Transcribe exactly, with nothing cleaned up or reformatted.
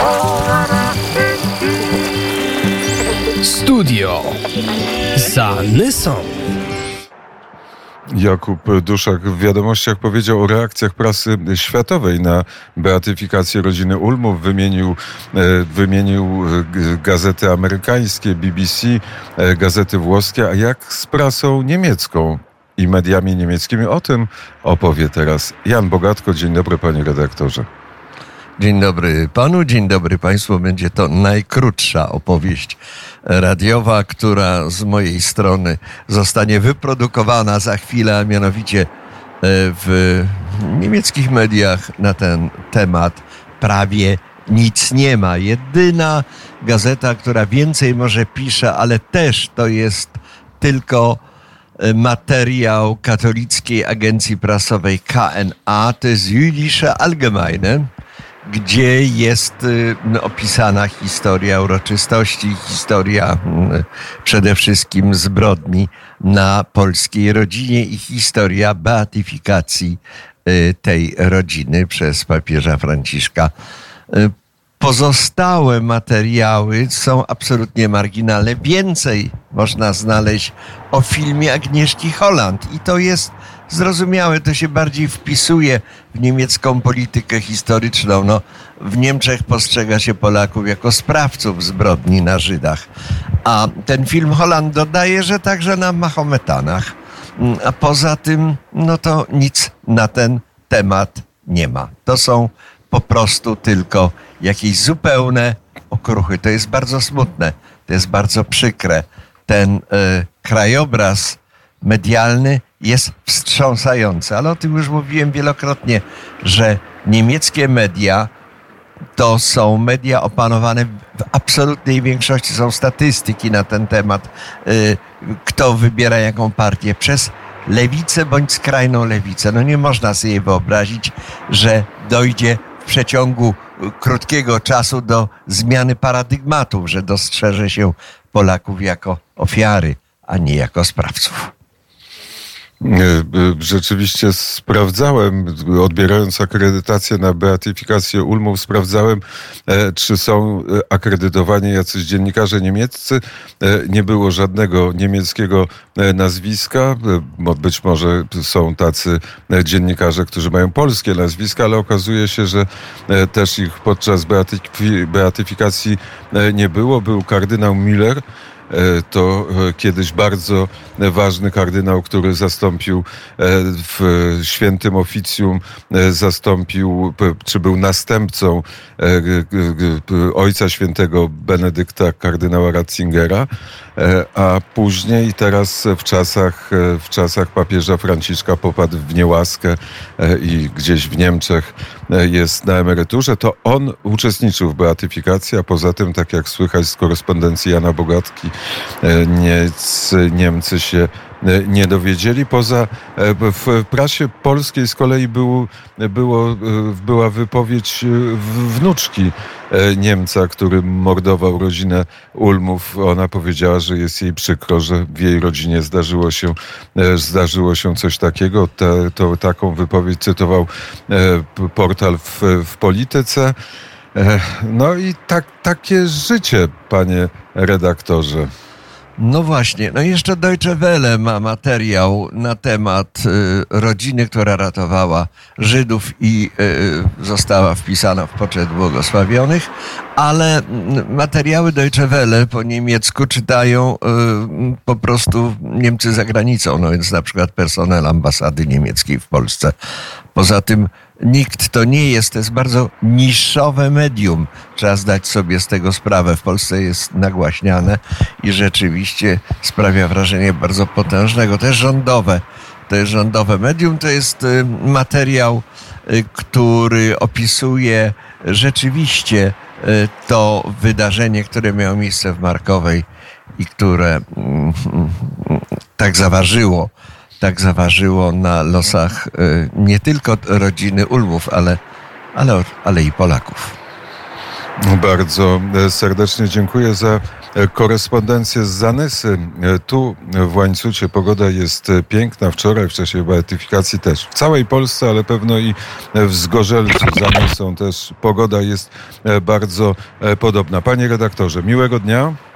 Studio Zanysą. Jakub Duszak w Wiadomościach powiedział o reakcjach prasy światowej na beatyfikację rodziny Ulmów. Wymienił, wymienił gazety amerykańskie, B B C, gazety włoskie, a jak z prasą niemiecką i mediami niemieckimi? O tym opowie teraz Jan Bogatko. Dzień dobry, panie redaktorze. Dzień dobry panu, dzień dobry państwu. Będzie to najkrótsza opowieść radiowa, która z mojej strony zostanie wyprodukowana za chwilę, a mianowicie w niemieckich mediach na ten temat prawie nic nie ma. Jedyna gazeta, która więcej może pisze, ale też to jest tylko materiał katolickiej agencji prasowej K N A, to jest Jüdische Allgemeine, gdzie jest no, opisana historia uroczystości, historia przede wszystkim zbrodni na polskiej rodzinie i historia beatyfikacji tej rodziny przez papieża Franciszka. Pozostałe materiały są absolutnie marginalne. Więcej można znaleźć o filmie Agnieszki Holland i to jest zrozumiałe, to się bardziej wpisuje w niemiecką politykę historyczną. No, w Niemczech postrzega się Polaków jako sprawców zbrodni na Żydach. A ten film Holland dodaje, że także na Mahometanach. A poza tym, no to nic na ten temat nie ma. To są po prostu tylko jakieś zupełne okruchy. To jest bardzo smutne, to jest bardzo przykre. Ten y, krajobraz medialny jest wstrząsający, ale o tym już mówiłem wielokrotnie, że niemieckie media to są media opanowane w absolutnej większości, są statystyki na ten temat, y, kto wybiera jaką partię, przez lewicę bądź skrajną lewicę. No nie można sobie wyobrazić, że dojdzie w przeciągu krótkiego czasu do zmiany paradygmatów, że dostrzeże się Polaków jako ofiary, a nie jako sprawców. Rzeczywiście sprawdzałem, odbierając akredytację na beatyfikację Ulmów, sprawdzałem, czy są akredytowani jacyś dziennikarze niemieccy. Nie było żadnego niemieckiego nazwiska. Być może są tacy dziennikarze, którzy mają polskie nazwiska, ale okazuje się, że też ich podczas beatyfikacji nie było. Był kardynał Müller. To kiedyś bardzo ważny kardynał, który zastąpił w świętym oficjum, zastąpił, czy był następcą ojca świętego Benedykta, kardynała Ratzingera, a później teraz w czasach, w czasach papieża Franciszka popadł w niełaskę i gdzieś w Niemczech jest na emeryturze. To on uczestniczył w beatyfikacji, a poza tym, tak jak słychać z korespondencji Jana Bogatki, Niemcy się nie dowiedzieli. Poza w prasie polskiej z kolei był, było, była wypowiedź wnuczki Niemca, który mordował rodzinę Ulmów. Ona powiedziała, że jest jej przykro, że w jej rodzinie zdarzyło się, zdarzyło się coś takiego. Te, to, taką wypowiedź cytował portal w, w Polityce. No i tak, takie życie, panie redaktorze. No właśnie, no jeszcze Deutsche Welle ma materiał na temat y, rodziny, która ratowała Żydów i y, została wpisana w poczet błogosławionych, ale materiały Deutsche Welle po niemiecku czytają y, po prostu Niemcy za granicą, no więc na przykład personel ambasady niemieckiej w Polsce. Poza tym nikt to nie jest, to jest bardzo niszowe medium. Trzeba zdać sobie z tego sprawę. W Polsce jest nagłaśniane i rzeczywiście sprawia wrażenie bardzo potężnego. To jest rządowe. To jest rządowe medium. To jest materiał, który opisuje rzeczywiście to wydarzenie, które miało miejsce w Markowej i które tak zaważyło. tak zaważyło na losach nie tylko rodziny Ulmów, ale, ale, ale i Polaków. Bardzo serdecznie dziękuję za korespondencję z Zanysy. Tu w Łańcucie pogoda jest piękna. Wczoraj w czasie beatyfikacji też w całej Polsce, ale pewno i w Zgorzelcu Zanysą też pogoda jest bardzo podobna. Panie redaktorze, miłego dnia.